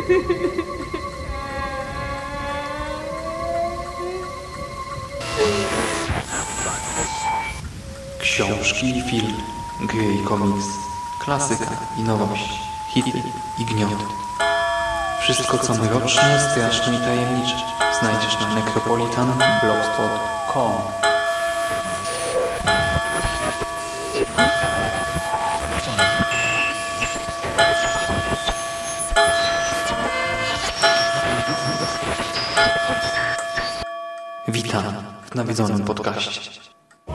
Książki i film, gry i komiks, klasyka i nowość, hity i gniot. Wszystko co mroczne, straszne i tajemnicze znajdziesz na necropolitanblogspot.com. Witam w nawiedzonym podcaście.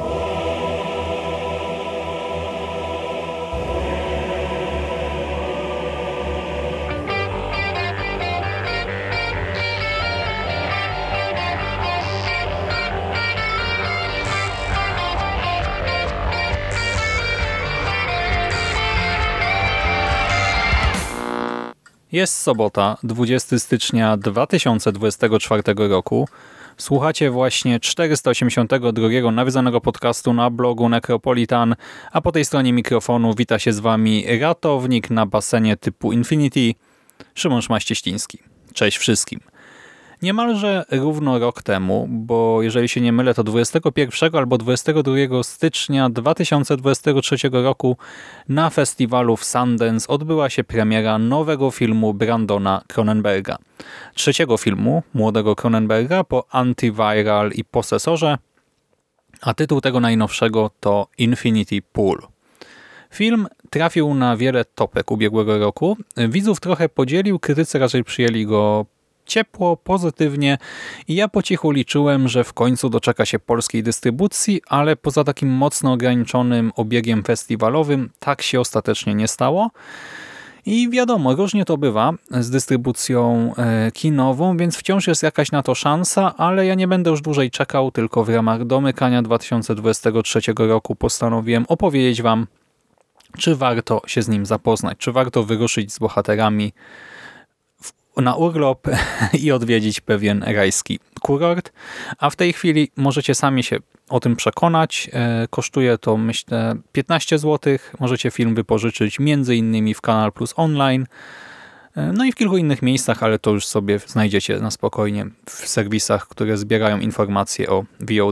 Jest sobota, 20 stycznia 2024 roku. Słuchacie właśnie 482 nawiedzonego podcastu na blogu Necropolitan, a po tej stronie mikrofonu wita się z wami ratownik na basenie typu Infinity, Szymon Szmaścieściński. Cześć wszystkim. Niemalże równo rok temu, bo jeżeli się nie mylę, to 21 albo 22 stycznia 2023 roku na festiwalu w Sundance odbyła się premiera nowego filmu Brandona Cronenberga. Trzeciego filmu młodego Cronenberga po Antiviral i Posesorze, a tytuł tego najnowszego to Infinity Pool. Film trafił na wiele topek ubiegłego roku. Widzów trochę podzielił, krytycy raczej przyjęli go ciepło, pozytywnie i ja po cichu liczyłem, że w końcu doczeka się polskiej dystrybucji, ale poza takim mocno ograniczonym obiegiem festiwalowym tak się ostatecznie nie stało. I wiadomo, różnie to bywa z dystrybucją kinową, więc wciąż jest jakaś na to szansa, ale ja nie będę już dłużej czekał, tylko w ramach domykania 2023 roku postanowiłem opowiedzieć wam, czy warto się z nim zapoznać, czy warto wyruszyć z bohaterami na urlop i odwiedzić pewien rajski kurort, a w tej chwili możecie sami się o tym przekonać. Kosztuje to, myślę, 15 zł. Możecie film wypożyczyć m.in. w Kanal Plus Online, no i w kilku innych miejscach, ale to już sobie znajdziecie na spokojnie w serwisach, które zbierają informacje o VOD.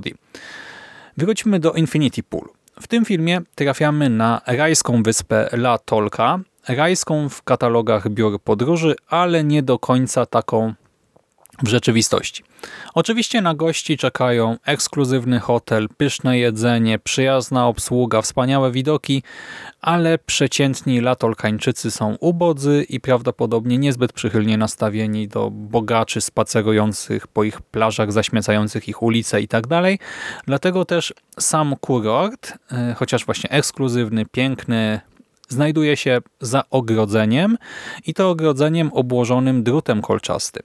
Wróćmy do Infinity Pool. W tym filmie trafiamy na rajską wyspę La Tolka, rajską w katalogach biur podróży, ale nie do końca taką w rzeczywistości. Oczywiście na gości czekają ekskluzywny hotel, pyszne jedzenie, przyjazna obsługa, wspaniałe widoki, ale przeciętni latolkańczycy są ubodzy i prawdopodobnie niezbyt przychylnie nastawieni do bogaczy spacerujących po ich plażach, zaśmiecających ich ulice itd. Dlatego też sam kurort, chociaż właśnie ekskluzywny, piękny, znajduje się za ogrodzeniem i to ogrodzeniem obłożonym drutem kolczastym.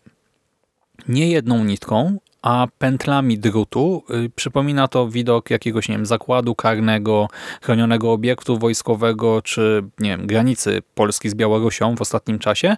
Nie jedną nitką, a pętlami drutu. Przypomina to widok jakiegoś, nie wiem, zakładu karnego, chronionego obiektu wojskowego, czy nie wiem, granicy Polski z Białorusią w ostatnim czasie.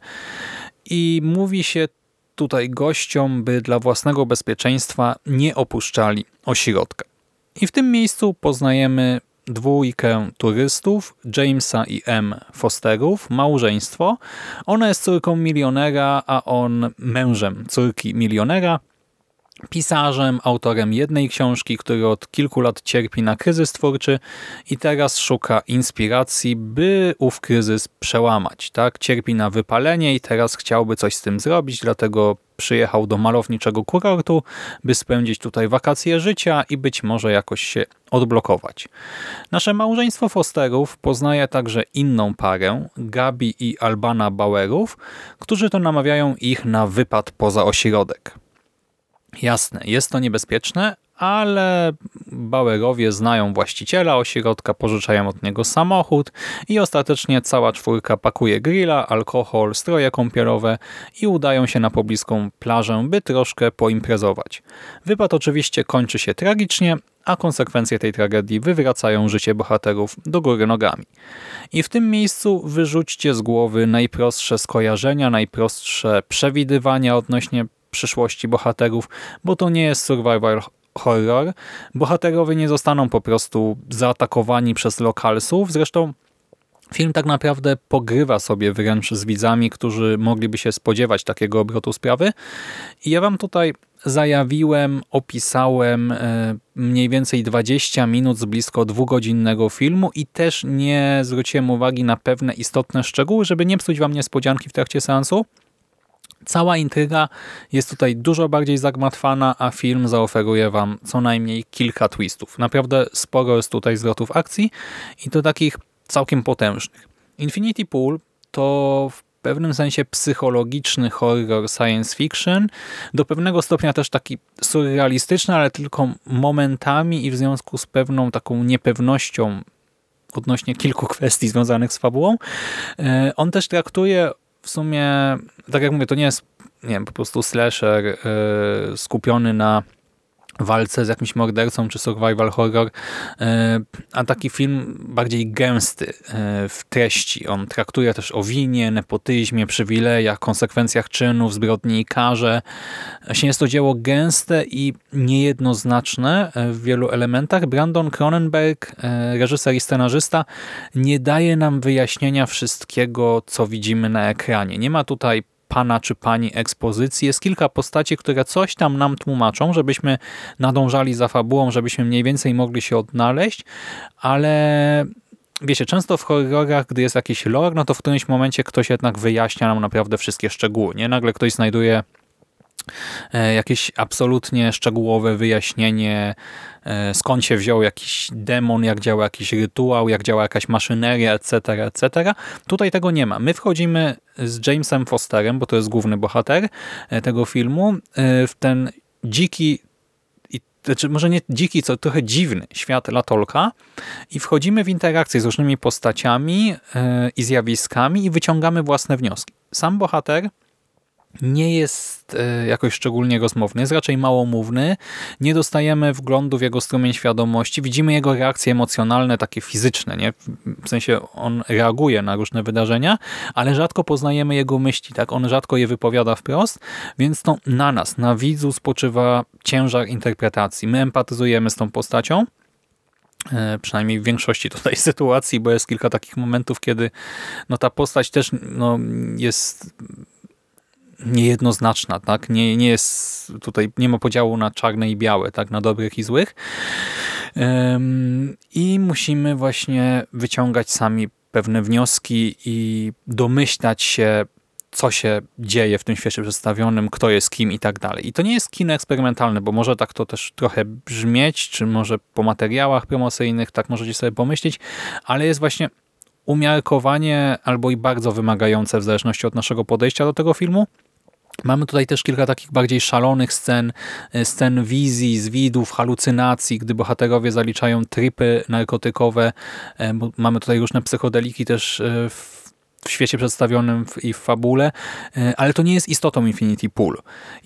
I mówi się tutaj gościom, by dla własnego bezpieczeństwa nie opuszczali ośrodka. I w tym miejscu poznajemy dwójkę turystów, Jamesa i M. Fosterów, małżeństwo. Ona jest córką milionera, a on mężem córki milionera, pisarzem, autorem jednej książki, który od kilku lat cierpi na kryzys twórczy i teraz szuka inspiracji, by ów kryzys przełamać. Tak? Cierpi na wypalenie i teraz chciałby coś z tym zrobić, dlatego przyjechał do malowniczego kurortu, by spędzić tutaj wakacje życia i być może jakoś się odblokować. Nasze małżeństwo Fosterów poznaje także inną parę, Gabi i Albana Bauerów, którzy to namawiają ich na wypad poza ośrodek. Jasne, jest to niebezpieczne, ale Bauerowie znają właściciela ośrodka, pożyczają od niego samochód i ostatecznie cała czwórka pakuje grilla, alkohol, stroje kąpielowe i udają się na pobliską plażę, by troszkę poimprezować. Wypad oczywiście kończy się tragicznie, a konsekwencje tej tragedii wywracają życie bohaterów do góry nogami. I w tym miejscu wyrzućcie z głowy najprostsze skojarzenia, najprostsze przewidywania odnośnie przyszłości bohaterów, bo to nie jest survival horror. Bohaterowie nie zostaną po prostu zaatakowani przez lokalsów. Zresztą Film tak naprawdę pogrywa sobie wręcz z widzami, którzy mogliby się spodziewać takiego obrotu sprawy. I ja wam tutaj zajawiłem, opisałem mniej więcej 20 minut z blisko 2-godzinnego filmu i też nie zwróciłem uwagi na pewne istotne szczegóły, żeby nie psuć wam niespodzianki w trakcie seansu. Cała intryga jest tutaj dużo bardziej zagmatwana, a film zaoferuje wam co najmniej kilka twistów. Naprawdę sporo jest tutaj zwrotów akcji i to takich całkiem potężnych. Infinity Pool to w pewnym sensie psychologiczny horror science fiction, do pewnego stopnia też taki surrealistyczny, ale tylko momentami i w związku z pewną taką niepewnością odnośnie kilku kwestii związanych z fabułą. On też traktuje w sumie, tak jak mówię, to nie jest, nie wiem, po prostu slasher skupiony na walce z jakimś mordercą czy survival horror, a taki film bardziej gęsty w treści. On traktuje też o winie, nepotyzmie, przywilejach, konsekwencjach czynów, zbrodni i karze. Właśnie jest to dzieło gęste i niejednoznaczne w wielu elementach. Brandon Cronenberg, reżyser i scenarzysta, nie daje nam wyjaśnienia wszystkiego, co widzimy na ekranie. Nie ma tutaj pana czy pani ekspozycji. Jest kilka postaci, które coś tam nam tłumaczą, żebyśmy nadążali za fabułą, żebyśmy mniej więcej mogli się odnaleźć, ale wiecie, często w horrorach, gdy jest jakiś lore, no to w którymś momencie ktoś jednak wyjaśnia nam naprawdę wszystkie szczegóły. Nie? Nagle ktoś znajduje jakieś absolutnie szczegółowe wyjaśnienie, skąd się wziął jakiś demon, jak działa jakiś rytuał, jak działa jakaś maszyneria, etc., etc. Tutaj tego nie ma. My wchodzimy z Jamesem Fosterem, bo to jest główny bohater tego filmu, w ten dziki, znaczy może nie dziki, co trochę dziwny świat Latolka i wchodzimy w interakcję z różnymi postaciami i zjawiskami i wyciągamy własne wnioski. Sam bohater nie jest jakoś szczególnie rozmowny, jest raczej małomówny, nie dostajemy wglądu w jego strumień świadomości, widzimy jego reakcje emocjonalne, takie fizyczne, nie? W sensie on reaguje na różne wydarzenia, ale rzadko poznajemy jego myśli, tak? On rzadko je wypowiada wprost, więc to na nas, na widzu spoczywa ciężar interpretacji. My empatyzujemy z tą postacią, przynajmniej w większości tutaj sytuacji, bo jest kilka takich momentów, kiedy no, ta postać też no, jest niejednoznaczna, tak? Nie jest tutaj, nie ma podziału na czarne i białe, tak? Na dobrych i złych. I musimy właśnie wyciągać sami pewne wnioski i domyślać się, co się dzieje w tym świecie przedstawionym, kto jest kim i tak dalej. I to nie jest kino eksperymentalne, bo może tak to też trochę brzmieć, czy może po materiałach promocyjnych, tak możecie sobie pomyśleć, ale jest właśnie umiarkowanie albo i bardzo wymagające w zależności od naszego podejścia do tego filmu. Mamy tutaj też kilka takich bardziej szalonych scen wizji, zwidów, halucynacji, gdy bohaterowie zaliczają tripy narkotykowe. Bo mamy tutaj różne psychodeliki też w świecie przedstawionym i w fabule, ale to nie jest istotą Infinity Pool.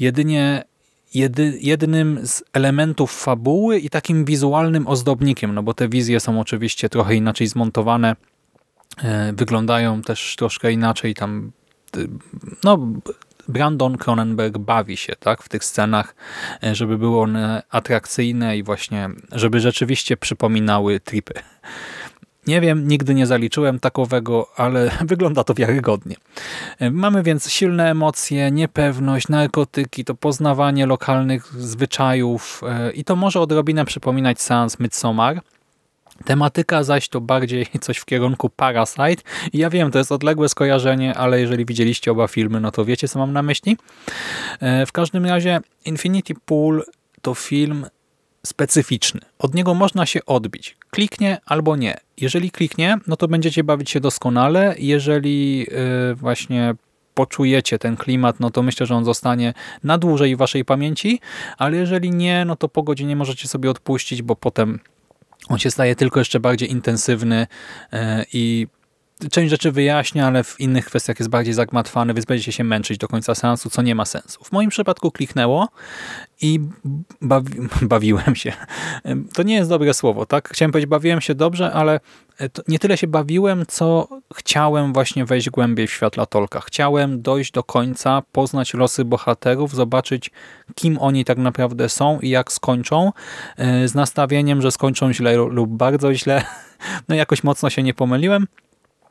Jednym z elementów fabuły i takim wizualnym ozdobnikiem, no bo te wizje są oczywiście trochę inaczej zmontowane, wyglądają też troszkę inaczej, tam no Brandon Cronenberg bawi się tak w tych scenach, żeby były one atrakcyjne i właśnie, żeby rzeczywiście przypominały tripy. Nie wiem, nigdy nie zaliczyłem takowego, ale wygląda to wiarygodnie. Mamy więc silne emocje, niepewność, narkotyki, to poznawanie lokalnych zwyczajów i to może odrobinę przypominać seans Midsommar. Tematyka zaś to bardziej coś w kierunku Parasite. I ja wiem, to jest odległe skojarzenie, ale jeżeli widzieliście oba filmy, no to wiecie, co mam na myśli. W każdym razie Infinity Pool to film specyficzny. Od niego można się odbić. Kliknie albo nie. Jeżeli kliknie, no to będziecie bawić się doskonale. Jeżeli właśnie poczujecie ten klimat, no to myślę, że on zostanie na dłużej w waszej pamięci, ale jeżeli nie, no to po godzinie możecie sobie odpuścić, bo potem on się staje tylko jeszcze bardziej intensywny i część rzeczy wyjaśnia, ale w innych kwestiach jest bardziej zagmatwany, więc będziecie się męczyć do końca seansu, co nie ma sensu. W moim przypadku kliknęło i bawiłem się. To nie jest dobre słowo, tak? Chciałem powiedzieć, bawiłem się dobrze, ale nie tyle się bawiłem, co chciałem właśnie wejść głębiej w świat Latolka. Chciałem dojść do końca, poznać losy bohaterów, zobaczyć, kim oni tak naprawdę są i jak skończą, z nastawieniem, że skończą źle lub bardzo źle. No jakoś mocno się nie pomyliłem.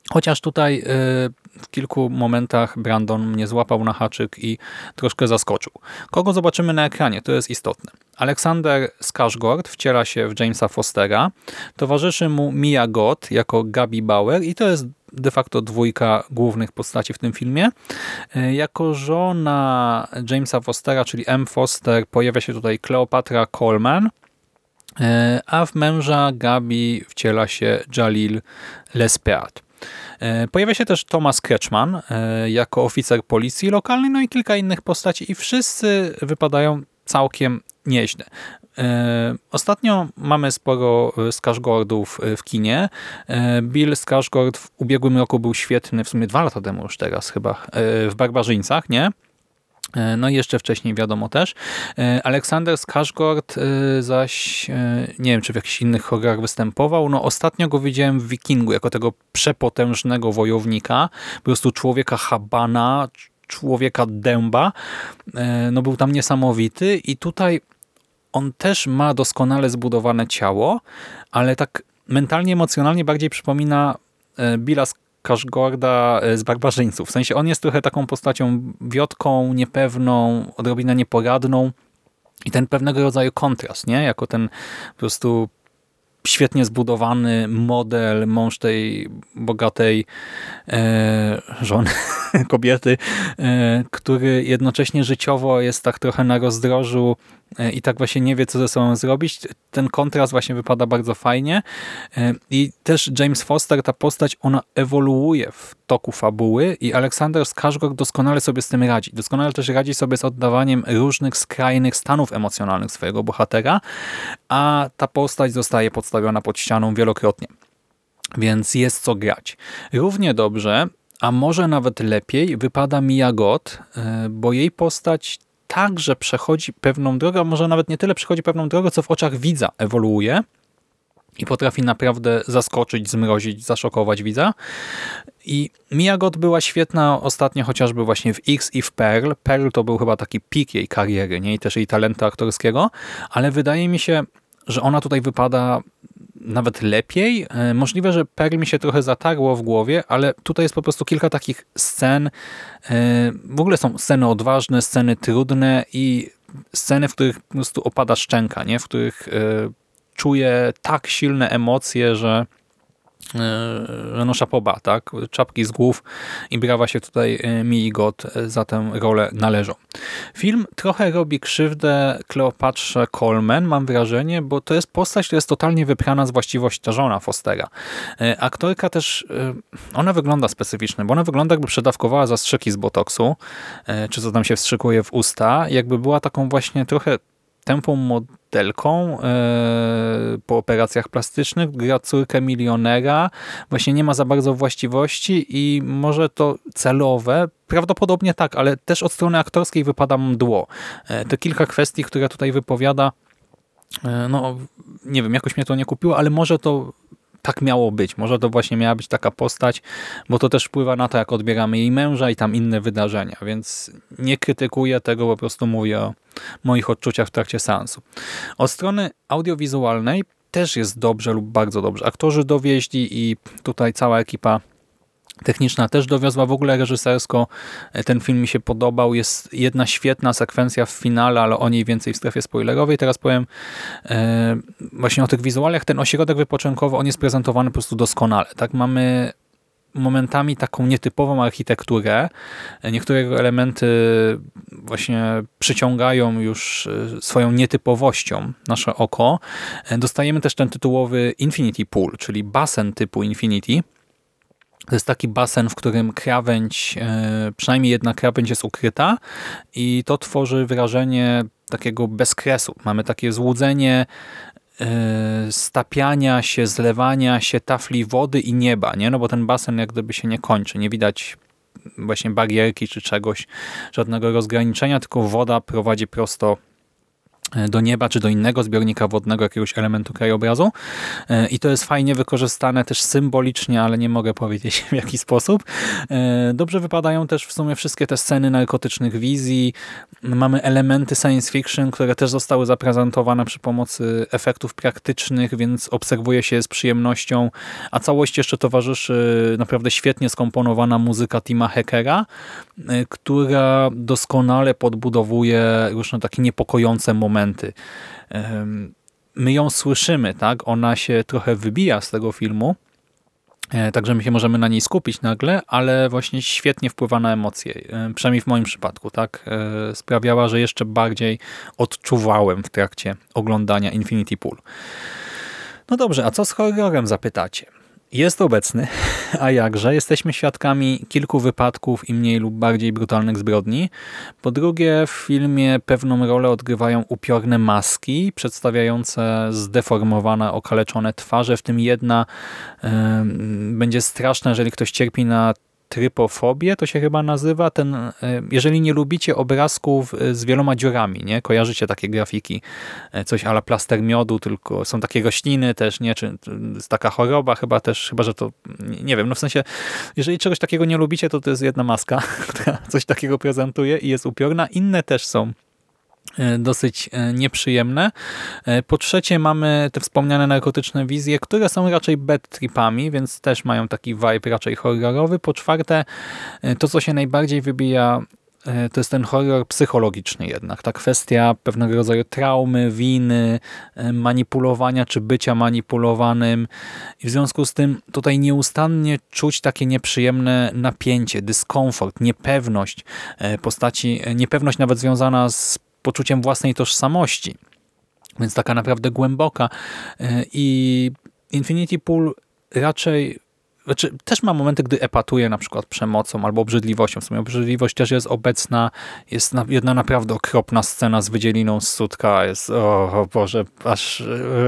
Chociaż tutaj w kilku momentach Brandon mnie złapał na haczyk i troszkę zaskoczył. Kogo zobaczymy na ekranie, to jest istotne. Alexander Skarsgård wciela się w Jamesa Fostera, towarzyszy mu Mia Goth jako Gabi Bauer i to jest de facto dwójka głównych postaci w tym filmie. Jako żona Jamesa Fostera, czyli M. Foster, pojawia się tutaj Cleopatra Coleman, a w męża Gabi wciela się Jalil Lespeat. Pojawia się też Thomas Kretschmann jako oficer policji lokalnej, no i kilka innych postaci i wszyscy wypadają całkiem nieźle. Ostatnio mamy sporo Skarsgårdów w kinie. Bill Skarsgård w ubiegłym roku był świetny, w sumie 2 lata temu już teraz chyba, w Barbarzyńcach, nie? No i jeszcze wcześniej wiadomo też. Aleksander Skarsgård zaś, nie wiem czy w jakichś innych horrorach występował, no ostatnio go widziałem w Wikingu jako tego przepotężnego wojownika, po prostu człowieka habana, człowieka dęba. No był tam niesamowity i tutaj on też ma doskonale zbudowane ciało, ale tak mentalnie, emocjonalnie bardziej przypomina Billa Skarsgårda z Barbarzyńców. W sensie on jest trochę taką postacią wiotką, niepewną, odrobinę nieporadną i ten pewnego rodzaju kontrast, nie? Jako ten po prostu świetnie zbudowany model, mąż tej bogatej żony, kobiety, który jednocześnie życiowo jest tak trochę na rozdrożu i tak właśnie nie wie, co ze sobą zrobić. Ten kontrast właśnie wypada bardzo fajnie i też James Foster, ta postać, ona ewoluuje w toku fabuły i Aleksander Skarsgård doskonale sobie z tym radzi. Doskonale też radzi sobie z oddawaniem różnych skrajnych stanów emocjonalnych swojego bohatera, a ta postać zostaje podstawiona pod ścianą wielokrotnie. Więc jest co grać. Równie dobrze, a może nawet lepiej wypada Mia Goth, bo jej postać także przechodzi pewną drogę, a może nawet nie tyle przechodzi pewną drogę, co w oczach widza ewoluuje i potrafi naprawdę zaskoczyć, zmrozić, zaszokować widza. I Mia Goth była świetna ostatnio chociażby właśnie w X i w Pearl. Pearl to był chyba taki pik jej kariery, nie? I też jej talentu aktorskiego, ale wydaje mi się, że ona tutaj wypada nawet lepiej. Możliwe, że Pearl mi się trochę zatarło w głowie, ale tutaj jest po prostu kilka takich scen. W ogóle są sceny odważne, sceny trudne i sceny, w których po prostu opada szczęka, nie? W których czuję tak silne emocje, że no szapoba, tak? Czapki z głów i brawa się tutaj Mii Goth za tę rolę należą. Film trochę robi krzywdę Cleopatrze Coleman, mam wrażenie, bo to jest postać, która jest totalnie wyprana z właściwości, ta żona Fostera. Aktorka też, ona wygląda specyficznie, bo ona wygląda jakby przedawkowała zastrzyki z botoksu, czy co tam się wstrzykuje w usta, jakby była taką właśnie trochę tępą modelką po operacjach plastycznych, gra córkę milionera, właśnie nie ma za bardzo właściwości i może to celowe, prawdopodobnie tak, ale też od strony aktorskiej wypada mdło. Te kilka kwestii, które tutaj wypowiada, no nie wiem, jakoś mnie to nie kupiło, ale może to tak miało być. Może to właśnie miała być taka postać, bo to też wpływa na to, jak odbieramy jej męża i tam inne wydarzenia, więc nie krytykuję tego, po prostu mówię o moich odczuciach w trakcie seansu. Od strony audiowizualnej też jest dobrze lub bardzo dobrze. Aktorzy dowieźli i tutaj cała ekipa techniczna też dowiozła, w ogóle reżysersko ten film mi się podobał, jest jedna świetna sekwencja w finale, ale o niej więcej w strefie spoilerowej. Teraz powiem właśnie o tych wizualiach. Ten ośrodek wypoczynkowy, on jest prezentowany po prostu doskonale. Tak, mamy momentami taką nietypową architekturę. Niektóre elementy właśnie przyciągają już swoją nietypowością nasze oko. Dostajemy też ten tytułowy Infinity Pool, czyli basen typu Infinity. To jest taki basen, w którym krawędź, przynajmniej jedna krawędź jest ukryta i to tworzy wrażenie takiego bezkresu. Mamy takie złudzenie stapiania się, zlewania się tafli wody i nieba, nie? No bo ten basen jak gdyby się nie kończy. Nie widać właśnie barierki czy czegoś, żadnego rozgraniczenia, tylko woda prowadzi prosto do nieba, czy do innego zbiornika wodnego, jakiegoś elementu krajobrazu. I to jest fajnie wykorzystane też symbolicznie, ale nie mogę powiedzieć w jaki sposób. Dobrze wypadają też w sumie wszystkie te sceny narkotycznych wizji. Mamy elementy science fiction, które też zostały zaprezentowane przy pomocy efektów praktycznych, więc obserwuje się je z przyjemnością, a całość jeszcze towarzyszy naprawdę świetnie skomponowana muzyka Tima Hackera, która doskonale podbudowuje różne takie niepokojące momenty. My ją słyszymy, tak? Ona się trochę wybija z tego filmu, także my się możemy na niej skupić nagle, ale właśnie świetnie wpływa na emocje. Przynajmniej w moim przypadku, tak? Sprawiała, że jeszcze bardziej odczuwałem w trakcie oglądania Infinity Pool. No dobrze, a co z horrorem, zapytacie? Jest obecny, a jakże. Jesteśmy świadkami kilku wypadków i mniej lub bardziej brutalnych zbrodni. Po drugie, w filmie pewną rolę odgrywają upiorne maski przedstawiające zdeformowane, okaleczone twarze, w tym jedna będzie straszna, jeżeli ktoś cierpi na trypofobię, to się chyba nazywa. Jeżeli nie lubicie obrazków z wieloma dziurami, nie? Kojarzycie takie grafiki, coś a la plaster miodu, tylko są takie rośliny też, nie? Czy jest taka choroba chyba też, chyba że to, nie wiem, no w sensie, jeżeli czegoś takiego nie lubicie, to jest jedna maska, która coś takiego prezentuje i jest upiorna. Inne też są dosyć nieprzyjemne. Po trzecie, mamy te wspomniane narkotyczne wizje, które są raczej bad tripami, więc też mają taki vibe raczej horrorowy. Po czwarte, to co się najbardziej wybija, to jest ten horror psychologiczny jednak. Ta kwestia pewnego rodzaju traumy, winy, manipulowania czy bycia manipulowanym. I w związku z tym tutaj nieustannie czuć takie nieprzyjemne napięcie, dyskomfort, niepewność postaci, niepewność nawet związana z poczuciem własnej tożsamości. Więc taka naprawdę głęboka. I Infinity Pool raczej też ma momenty, gdy epatuje na przykład przemocą albo obrzydliwością. W sumie obrzydliwość też jest obecna. Jest jedna naprawdę okropna scena z wydzieliną z sutka. Jest, o Boże, aż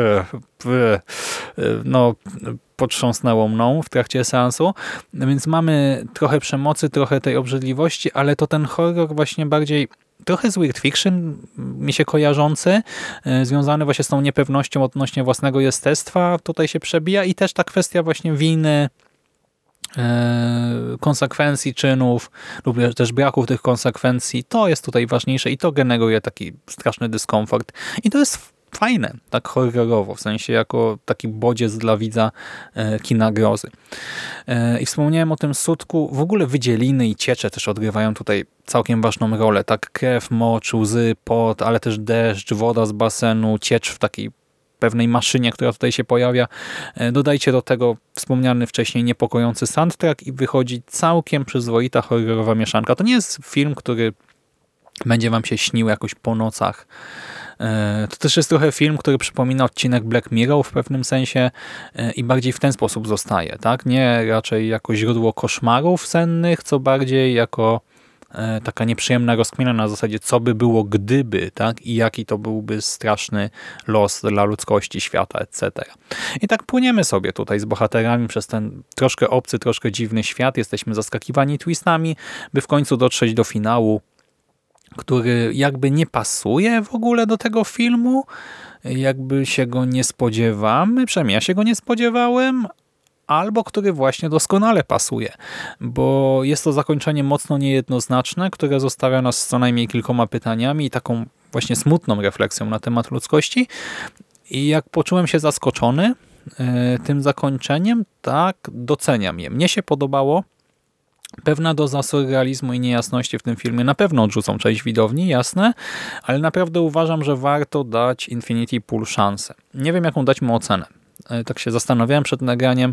no, potrząsnęło mną w trakcie seansu. Więc mamy trochę przemocy, trochę tej obrzydliwości, ale to ten horror właśnie bardziej trochę z weird fiction mi się kojarzący, związany właśnie z tą niepewnością odnośnie własnego jestestwa tutaj się przebija i też ta kwestia właśnie winy, konsekwencji czynów lub też braków tych konsekwencji, to jest tutaj ważniejsze i to generuje taki straszny dyskomfort. I to jest fajne, tak horrorowo, w sensie jako taki bodziec dla widza kina grozy. I wspomniałem o tym sutku, w ogóle wydzieliny i ciecze też odgrywają tutaj całkiem ważną rolę, tak krew, mocz, łzy, pot, ale też deszcz, woda z basenu, ciecz w takiej pewnej maszynie, która tutaj się pojawia. Dodajcie do tego wspomniany wcześniej niepokojący soundtrack i wychodzi całkiem przyzwoita horrorowa mieszanka. To nie jest film, który będzie wam się śnił jakoś po nocach. To też jest trochę film, który przypomina odcinek Black Mirror w pewnym sensie i bardziej w ten sposób zostaje. Tak? Nie raczej jako źródło koszmarów sennych, co bardziej jako taka nieprzyjemna rozkmina na zasadzie, co by było gdyby, tak? I jaki to byłby straszny los dla ludzkości, świata, etc. I tak płyniemy sobie tutaj z bohaterami przez ten troszkę obcy, troszkę dziwny świat. Jesteśmy zaskakiwani twistami, by w końcu dotrzeć do finału, który jakby nie pasuje w ogóle do tego filmu, jakby się go nie spodziewamy, przynajmniej ja się go nie spodziewałem, albo który właśnie doskonale pasuje, bo jest to zakończenie mocno niejednoznaczne, które zostawia nas z co najmniej kilkoma pytaniami i taką właśnie smutną refleksją na temat ludzkości. I jak poczułem się zaskoczony tym zakończeniem, tak doceniam je. Mnie się podobało. Pewna doza surrealizmu i niejasności w tym filmie na pewno odrzucą część widowni, jasne, ale naprawdę uważam, że warto dać Infinity Pool szansę. Nie wiem, jaką dać mu ocenę. Tak się zastanawiałem przed nagraniem,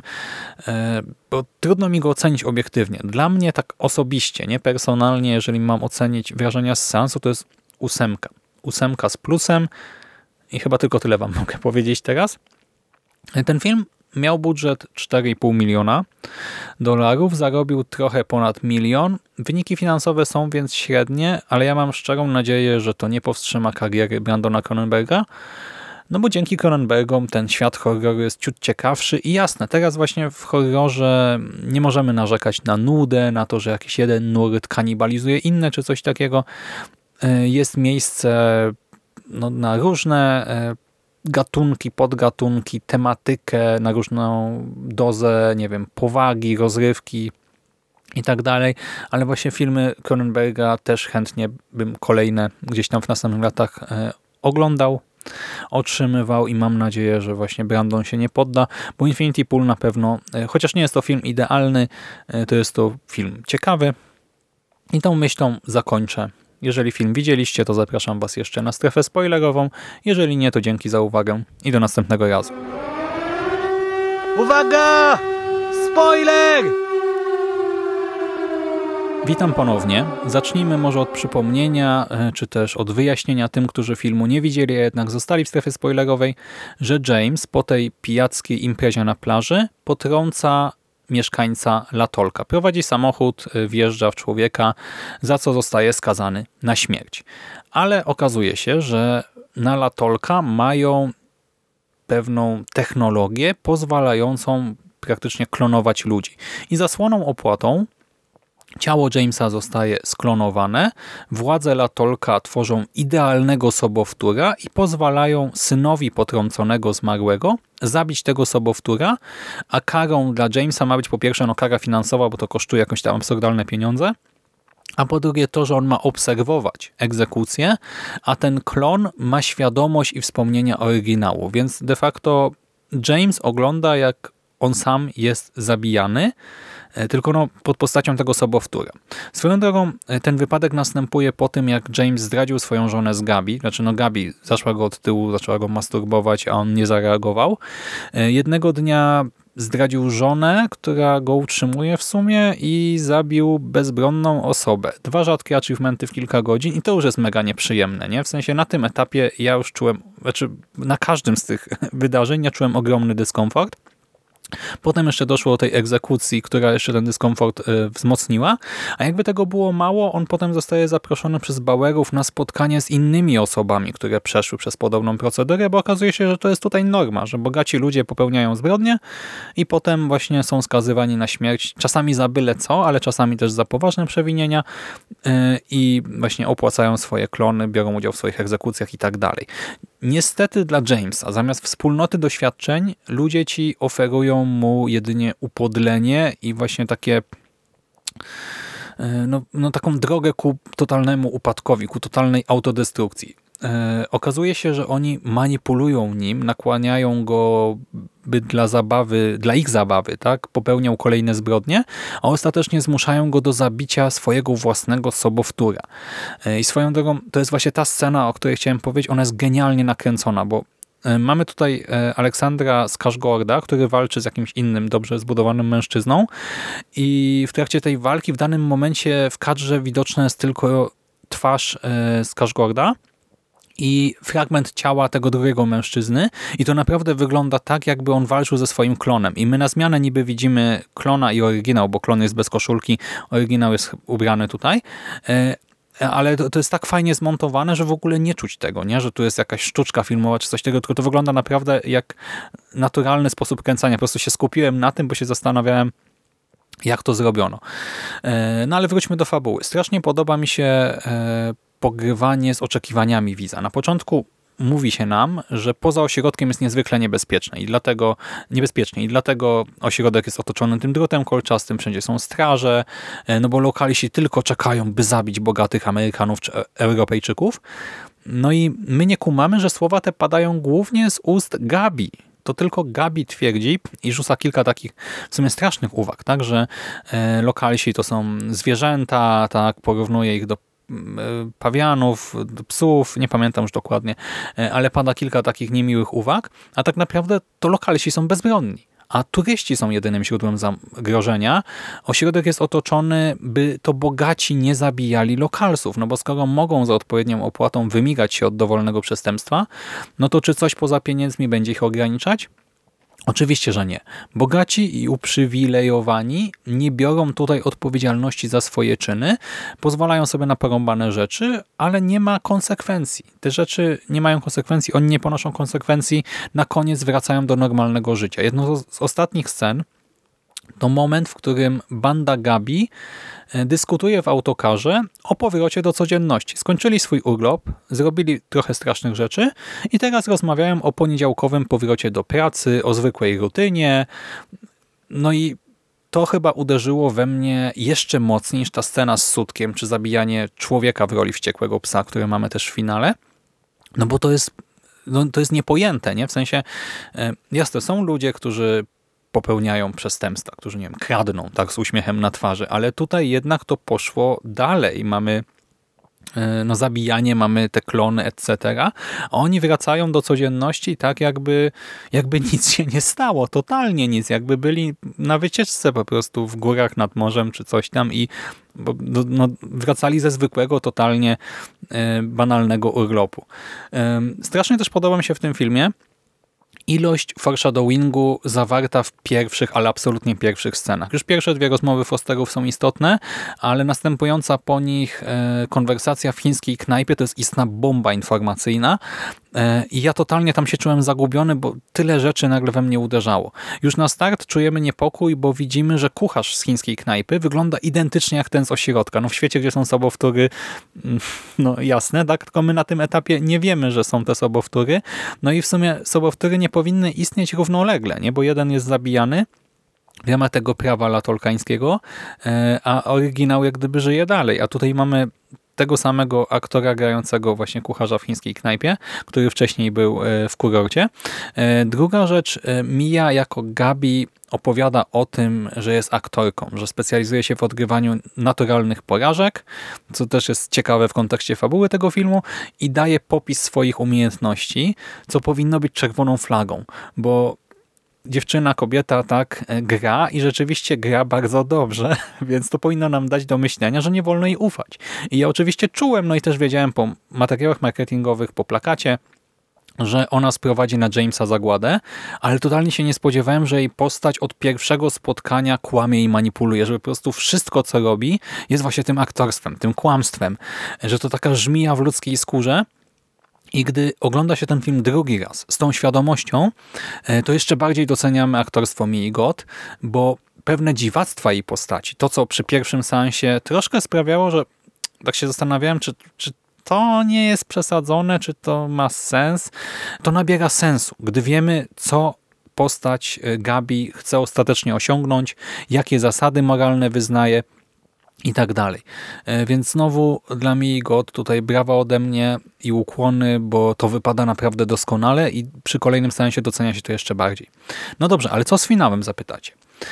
bo trudno mi go ocenić obiektywnie. Dla mnie tak osobiście, nie personalnie, jeżeli mam ocenić wrażenia z seansu, to jest 8. 8 z plusem i chyba tylko tyle wam mogę powiedzieć teraz. Ten film miał budżet 4,5 miliona dolarów, zarobił trochę ponad 1 milion. Wyniki finansowe są więc średnie, ale ja mam szczerą nadzieję, że to nie powstrzyma kariery Brandona Cronenberga, no bo dzięki Cronenbergom ten świat horroru jest ciut ciekawszy i jasne, teraz właśnie w horrorze nie możemy narzekać na nudę, na to, że jakiś jeden nurt kanibalizuje inne czy coś takiego. Jest miejsce na różne gatunki, podgatunki, tematykę, na różną dozę, nie wiem, powagi, rozrywki i tak dalej, ale właśnie filmy Cronenberga też chętnie bym kolejne gdzieś tam w następnych latach oglądał, otrzymywał i mam nadzieję, że właśnie Brandon się nie podda, bo Infinity Pool na pewno, chociaż nie jest to film idealny, to jest to film ciekawy i tą myślą zakończę. Jeżeli film widzieliście, to zapraszam Was jeszcze na strefę spoilerową. Jeżeli nie, to dzięki za uwagę i do następnego razu. Uwaga! Spoiler! Witam ponownie. Zacznijmy może od przypomnienia, czy też od wyjaśnienia tym, którzy filmu nie widzieli, a jednak zostali w strefie spoilerowej, że James po tej pijackiej imprezie na plaży potrąca mieszkańca Latolka. Prowadzi samochód, wjeżdża w człowieka, za co zostaje skazany na śmierć. Ale okazuje się, że na Latolka mają pewną technologię pozwalającą praktycznie klonować ludzi. I zasłoną opłatą ciało Jamesa zostaje sklonowane, władze Latolka tworzą idealnego sobowtóra i pozwalają synowi potrąconego zmarłego zabić tego sobowtóra, a karą dla Jamesa ma być po pierwsze kara finansowa, bo to kosztuje jakieś tam absurdalne pieniądze, a po drugie to, że on ma obserwować egzekucję, a ten klon ma świadomość i wspomnienia oryginału, więc de facto James ogląda, jak on sam jest zabijany, tylko pod postacią tego sobowtóra. Swoją drogą ten wypadek następuje po tym, jak James zdradził swoją żonę z Gabi. Znaczy Gabi zaszła go od tyłu, zaczęła go masturbować, a on nie zareagował. Jednego dnia zdradził żonę, która go utrzymuje w sumie i zabił bezbronną osobę. 2 rzadkie achievementy w kilka godzin i to już jest mega nieprzyjemne, nie? W sensie na tym etapie ja już czułem, na każdym z tych wydarzeń ja czułem ogromny dyskomfort. Potem jeszcze doszło do tej egzekucji, która jeszcze ten dyskomfort wzmocniła, a jakby tego było mało, on potem zostaje zaproszony przez Bauerów na spotkanie z innymi osobami, które przeszły przez podobną procedurę, bo okazuje się, że to jest tutaj norma, że bogaci ludzie popełniają zbrodnie i potem właśnie są skazywani na śmierć, czasami za byle co, ale czasami też za poważne przewinienia i właśnie opłacają swoje klony, biorą udział w swoich egzekucjach i tak dalej. Niestety dla Jamesa, zamiast wspólnoty doświadczeń, ludzie ci oferują mu jedynie upodlenie i właśnie takie taką drogę ku totalnemu upadkowi, ku totalnej autodestrukcji. Okazuje się, że oni manipulują nim, nakłaniają go, by dla ich zabawy, tak, popełniał kolejne zbrodnie, a ostatecznie zmuszają go do zabicia swojego własnego sobowtóra. I swoją drogą, to jest właśnie ta scena, o której chciałem powiedzieć, ona jest genialnie nakręcona, bo mamy tutaj Aleksandra Skarsgårda, który walczy z jakimś innym, dobrze zbudowanym mężczyzną i w trakcie tej walki w danym momencie w kadrze widoczna jest tylko twarz Skarsgårda i fragment ciała tego drugiego mężczyzny i to naprawdę wygląda tak, jakby on walczył ze swoim klonem. I my na zmianę niby widzimy klona i oryginał, bo klon jest bez koszulki, oryginał jest ubrany tutaj, ale to jest tak fajnie zmontowane, że w ogóle nie czuć tego, nie? Że tu jest jakaś sztuczka filmowa czy coś tego, tylko to wygląda naprawdę jak naturalny sposób kręcania. Po prostu się skupiłem na tym, bo się zastanawiałem, jak to zrobiono. No ale wróćmy do fabuły. Strasznie podoba mi się pogrywanie z oczekiwaniami widza. Na początku mówi się nam, że poza ośrodkiem jest niezwykle niebezpieczny i dlatego ośrodek jest otoczony tym drutem kolczastym, wszędzie są straże, no bo lokalisi tylko czekają, by zabić bogatych Amerykanów czy Europejczyków. No i my nie kumamy, że słowa te padają głównie z ust Gabi. To tylko Gabi twierdzi i rzuca kilka takich w sumie strasznych uwag, tak, że lokalsi to są zwierzęta, tak, porównuje ich do pawianów, do psów, nie pamiętam już dokładnie, ale pada kilka takich niemiłych uwag, a tak naprawdę to lokalsi są bezbronni, a turyści są jedynym źródłem zagrożenia. Ośrodek jest otoczony, by to bogaci nie zabijali lokalsów, no bo skoro mogą za odpowiednią opłatą wymigać się od dowolnego przestępstwa, no to czy coś poza pieniędzmi będzie ich ograniczać? Oczywiście, że nie. Bogaci i uprzywilejowani nie biorą tutaj odpowiedzialności za swoje czyny, pozwalają sobie na porąbane rzeczy, ale nie ma konsekwencji. Te rzeczy nie mają konsekwencji, oni nie ponoszą konsekwencji, na koniec wracają do normalnego życia. Jedną z ostatnich scen to moment, w którym banda Gabi dyskutuje w autokarze o powrocie do codzienności. Skończyli swój urlop, zrobili trochę strasznych rzeczy i teraz rozmawiają o poniedziałkowym powrocie do pracy, o zwykłej rutynie. No i to chyba uderzyło we mnie jeszcze mocniej niż ta scena z sutkiem, czy zabijanie człowieka w roli wściekłego psa, które mamy też w finale. No bo to jest niepojęte, nie? W sensie, jasne, są ludzie, którzy popełniają przestępstwa, którzy, nie wiem, kradną, tak, z uśmiechem na twarzy, ale tutaj jednak to poszło dalej. Mamy zabijanie, mamy te klony, etc. A oni wracają do codzienności tak, jakby nic się nie stało, totalnie nic, jakby byli na wycieczce po prostu w górach nad morzem, czy coś tam i wracali ze zwykłego, totalnie banalnego urlopu. Strasznie też podoba mi się w tym filmie ilość foreshadowingu zawarta w pierwszych, ale absolutnie pierwszych scenach. Już pierwsze dwie rozmowy Fosterów są istotne, ale następująca po nich konwersacja w chińskiej knajpie to jest istna bomba informacyjna i ja totalnie tam się czułem zagubiony, bo tyle rzeczy nagle we mnie uderzało. Już na start czujemy niepokój, bo widzimy, że kucharz z chińskiej knajpy wygląda identycznie jak ten z ośrodka. No w świecie, gdzie są sobowtóry, no jasne, tak? Tylko my na tym etapie nie wiemy, że są te sobowtóry. No i w sumie sobowtóry nie powinny istnieć równolegle, nie? Bo jeden jest zabijany w ramach tego prawa latolkańskiego, a oryginał jak gdyby żyje dalej. A tutaj mamy tego samego aktora grającego właśnie kucharza w chińskiej knajpie, który wcześniej był w kurorcie. Druga rzecz, Mia jako Gabi opowiada o tym, że jest aktorką, że specjalizuje się w odgrywaniu naturalnych porażek, co też jest ciekawe w kontekście fabuły tego filmu i daje popis swoich umiejętności, co powinno być czerwoną flagą, bo dziewczyna, kobieta tak gra i rzeczywiście gra bardzo dobrze, więc to powinno nam dać do myślenia, że nie wolno jej ufać. I ja oczywiście czułem, no i też wiedziałem po materiałach marketingowych, po plakacie, że ona sprowadzi na Jamesa zagładę, ale totalnie się nie spodziewałem, że jej postać od pierwszego spotkania kłamie i manipuluje, że po prostu wszystko, co robi, jest właśnie tym aktorstwem, tym kłamstwem, że to taka żmija w ludzkiej skórze. I gdy ogląda się ten film drugi raz z tą świadomością, to jeszcze bardziej doceniamy aktorstwo Mii Goth, bo pewne dziwactwa jej postaci, to co przy pierwszym seansie troszkę sprawiało, że tak się zastanawiałem, czy to nie jest przesadzone, czy to ma sens, to nabiera sensu, gdy wiemy, co postać Gabi chce ostatecznie osiągnąć, jakie zasady moralne wyznaje, i tak dalej. Więc znowu dla Mii Goth tutaj brawa ode mnie i ukłony, bo to wypada naprawdę doskonale i przy kolejnym seansie docenia się to jeszcze bardziej. No dobrze, ale co z finałem, zapytacie?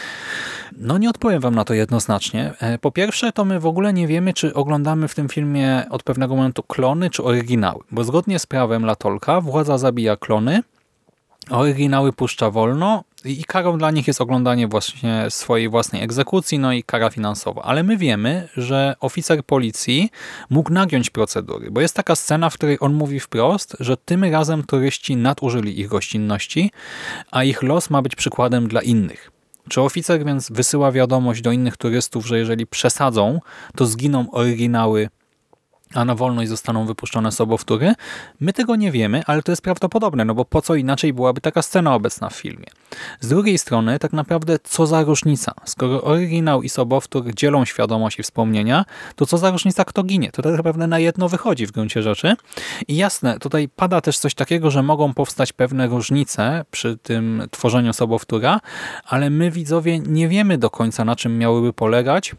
No nie odpowiem wam na to jednoznacznie. Po pierwsze, to my w ogóle nie wiemy, czy oglądamy w tym filmie od pewnego momentu klony, czy oryginały. Bo zgodnie z prawem Latolka władza zabija klony, oryginały puszcza wolno i karą dla nich jest oglądanie właśnie swojej własnej egzekucji, no i kara finansowa. Ale my wiemy, że oficer policji mógł nagiąć procedury, bo jest taka scena, w której on mówi wprost, że tym razem turyści nadużyli ich gościnności, a ich los ma być przykładem dla innych. Czy oficer więc wysyła wiadomość do innych turystów, że jeżeli przesadzą, to zginą oryginały, a na wolność zostaną wypuszczone sobowtóry? My tego nie wiemy, ale to jest prawdopodobne, no bo po co inaczej byłaby taka scena obecna w filmie? Z drugiej strony, tak naprawdę co za różnica? Skoro oryginał i sobowtór dzielą świadomość i wspomnienia, to co za różnica, kto ginie? To tak naprawdę na jedno wychodzi w gruncie rzeczy. I jasne, tutaj pada też coś takiego, że mogą powstać pewne różnice przy tym tworzeniu sobowtóra, ale my widzowie nie wiemy do końca, na czym miałyby polegać,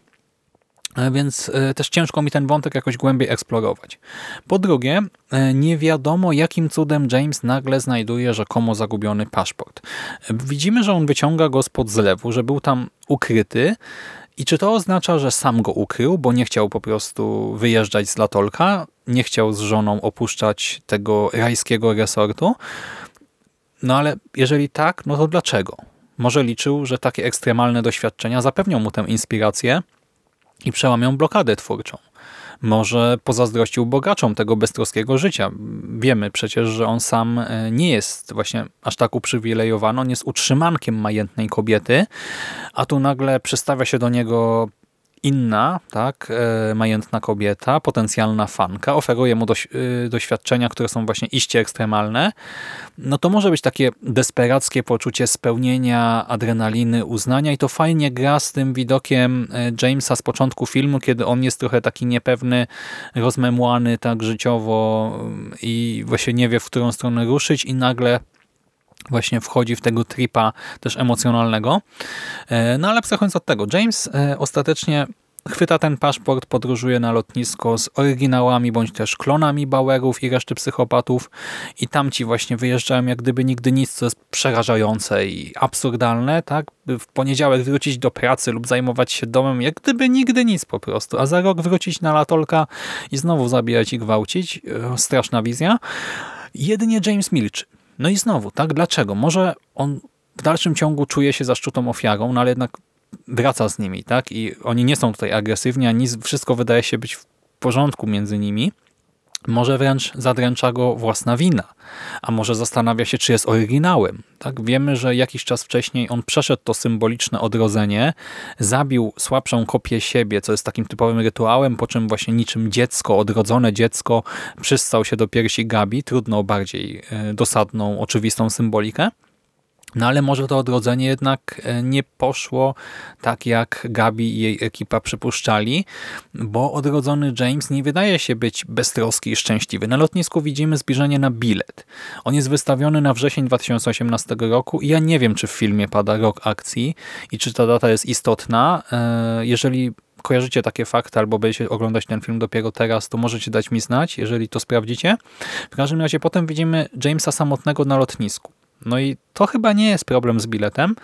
więc też ciężko mi ten wątek jakoś głębiej eksplorować. Po drugie, nie wiadomo jakim cudem James nagle znajduje rzekomo zagubiony paszport. Widzimy, że on wyciąga go spod zlewu, że był tam ukryty i czy to oznacza, że sam go ukrył, bo nie chciał po prostu wyjeżdżać z Latolka, nie chciał z żoną opuszczać tego rajskiego resortu? No ale jeżeli tak, no to dlaczego? Może liczył, że takie ekstremalne doświadczenia zapewnią mu tę inspirację i przełamią blokadę twórczą. Może pozazdrościł bogaczom tego beztroskiego życia. Wiemy przecież, że on sam nie jest właśnie aż tak uprzywilejowany, on jest utrzymankiem majętnej kobiety, a tu nagle przystawia się do niego inna, tak, majętna kobieta, potencjalna fanka, oferuje mu doświadczenia, które są właśnie iście ekstremalne, no to może być takie desperackie poczucie spełnienia, adrenaliny, uznania i to fajnie gra z tym widokiem Jamesa z początku filmu, kiedy on jest trochę taki niepewny, rozmemłany tak życiowo i właśnie nie wie, w którą stronę ruszyć i nagle właśnie wchodzi w tego tripa też emocjonalnego. No ale przechodząc od tego, James ostatecznie chwyta ten paszport, podróżuje na lotnisko z oryginałami bądź też klonami Bauerów i reszty psychopatów i tamci właśnie wyjeżdżają jak gdyby nigdy nic, co jest przerażające i absurdalne, tak? By w poniedziałek wrócić do pracy lub zajmować się domem jak gdyby nigdy nic po prostu, a za rok wrócić na latolka i znowu zabijać i gwałcić. Straszna wizja. Jedynie James milczy. No i znowu, tak? Dlaczego? Może on w dalszym ciągu czuje się zaszczutą ofiarą, no ale jednak wraca z nimi, tak? I oni nie są tutaj agresywni, a wszystko wydaje się być w porządku między nimi. Może wręcz zadręcza go własna wina, a może zastanawia się, czy jest oryginałem. Tak? Wiemy, że jakiś czas wcześniej on przeszedł to symboliczne odrodzenie, zabił słabszą kopię siebie, co jest takim typowym rytuałem, po czym właśnie niczym dziecko, odrodzone dziecko przystał się do piersi Gabi, trudno o bardziej dosadną, oczywistą symbolikę. No ale może to odrodzenie jednak nie poszło tak, jak Gabi i jej ekipa przypuszczali, bo odrodzony James nie wydaje się być beztroski i szczęśliwy. Na lotnisku widzimy zbliżenie na bilet. On jest wystawiony na wrzesień 2018 roku i ja nie wiem, czy w filmie pada rok akcji i czy ta data jest istotna. Jeżeli kojarzycie takie fakty albo będziecie oglądać ten film dopiero teraz, to możecie dać mi znać, jeżeli to sprawdzicie. W każdym razie potem widzimy Jamesa samotnego na lotnisku. No i to chyba nie jest problem z biletem.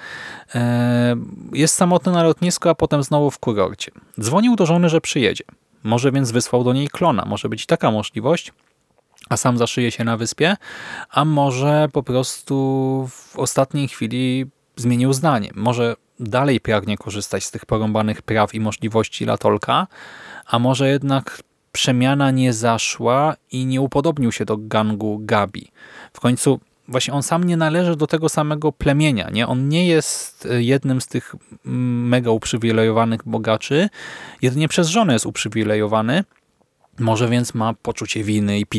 Jest samotny na lotnisku, a potem znowu w kurorcie. Dzwonił do żony, że przyjedzie. Może więc wysłał do niej klona. Może być taka możliwość, a sam zaszyje się na wyspie, a może po prostu w ostatniej chwili zmienił zdanie. Może dalej pragnie korzystać z tych porąbanych praw i możliwości latolka, a może jednak przemiana nie zaszła i nie upodobnił się do gangu Gabi. W końcu właśnie on sam nie należy do tego samego plemienia. Nie? On nie jest jednym z tych mega uprzywilejowanych bogaczy. Jedynie przez żonę jest uprzywilejowany. Może więc ma poczucie winy i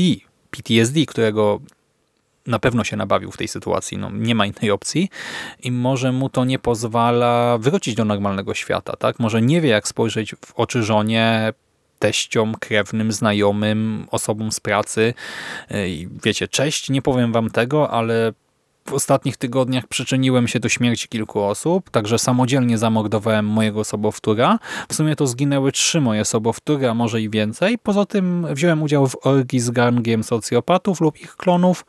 PTSD, którego na pewno się nabawił w tej sytuacji. No, nie ma innej opcji. I może mu to nie pozwala wrócić do normalnego świata. Tak? Może nie wie, jak spojrzeć w oczy żonie, teściom, krewnym, znajomym, osobom z pracy. I wiecie, cześć, nie powiem wam tego, ale w ostatnich tygodniach przyczyniłem się do śmierci kilku osób, także samodzielnie zamordowałem mojego sobowtóra. W sumie to zginęły 3 moje sobowtóry, a może i więcej. Poza tym wziąłem udział w orgii z gangiem socjopatów lub ich klonów.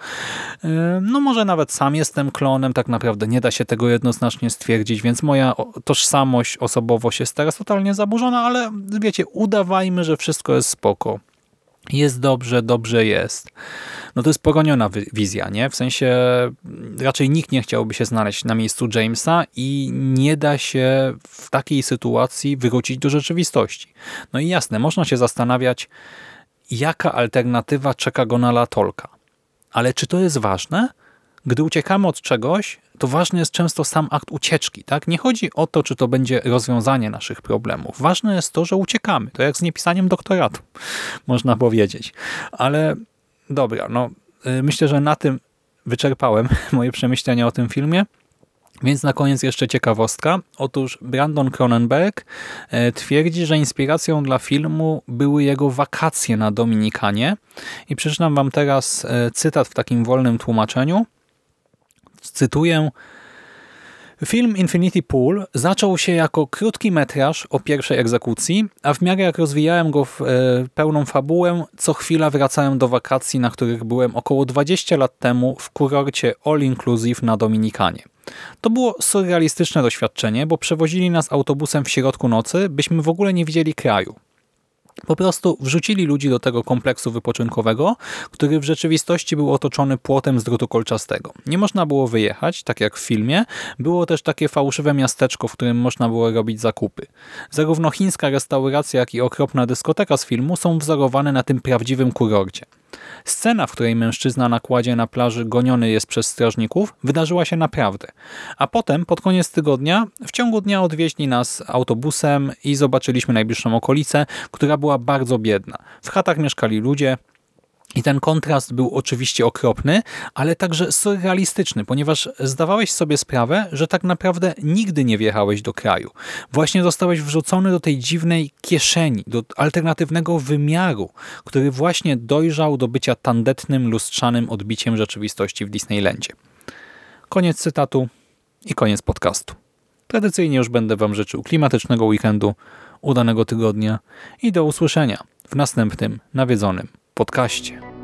No może nawet sam jestem klonem, tak naprawdę nie da się tego jednoznacznie stwierdzić, więc moja tożsamość, osobowość jest teraz totalnie zaburzona, ale wiecie, udawajmy, że wszystko jest spoko. Jest dobrze, dobrze jest. No to jest poroniona wizja, nie? W sensie raczej nikt nie chciałby się znaleźć na miejscu Jamesa i nie da się w takiej sytuacji wrócić do rzeczywistości. No i jasne, można się zastanawiać, jaka alternatywa czeka go na latolka. Ale czy to jest ważne? Gdy uciekamy od czegoś, to ważny jest często sam akt ucieczki. Tak? Nie chodzi o to, czy to będzie rozwiązanie naszych problemów. Ważne jest to, że uciekamy. To jak z niepisaniem doktoratu, można powiedzieć. Ale dobra, no myślę, że na tym wyczerpałem moje przemyślenia o tym filmie. Więc na koniec jeszcze ciekawostka. Otóż Brandon Cronenberg twierdzi, że inspiracją dla filmu były jego wakacje na Dominikanie. I przeczytam wam teraz cytat w takim wolnym tłumaczeniu. Cytuję: film Infinity Pool zaczął się jako krótki metraż o pierwszej egzekucji, a w miarę jak rozwijałem go w pełną fabułę, co chwila wracałem do wakacji, na których byłem około 20 lat temu w kurorcie All Inclusive na Dominikanie. To było surrealistyczne doświadczenie, bo przewozili nas autobusem w środku nocy, byśmy w ogóle nie widzieli kraju. Po prostu wrzucili ludzi do tego kompleksu wypoczynkowego, który w rzeczywistości był otoczony płotem z drutu kolczastego. Nie można było wyjechać, tak jak w filmie. Było też takie fałszywe miasteczko, w którym można było robić zakupy. Zarówno chińska restauracja, jak i okropna dyskoteka z filmu są wzorowane na tym prawdziwym kurorcie. Scena, w której mężczyzna na kładzie na plaży goniony jest przez strażników, wydarzyła się naprawdę. A potem, pod koniec tygodnia, w ciągu dnia odwieźli nas autobusem i zobaczyliśmy najbliższą okolicę, która była bardzo biedna. W chatach mieszkali ludzie, i ten kontrast był oczywiście okropny, ale także surrealistyczny, ponieważ zdawałeś sobie sprawę, że tak naprawdę nigdy nie wjechałeś do kraju. Właśnie zostałeś wrzucony do tej dziwnej kieszeni, do alternatywnego wymiaru, który właśnie dojrzał do bycia tandetnym, lustrzanym odbiciem rzeczywistości w Disneylandzie. Koniec cytatu i koniec podcastu. Tradycyjnie już będę Wam życzył klimatycznego weekendu, udanego tygodnia i do usłyszenia w następnym nawiedzonym podcaście.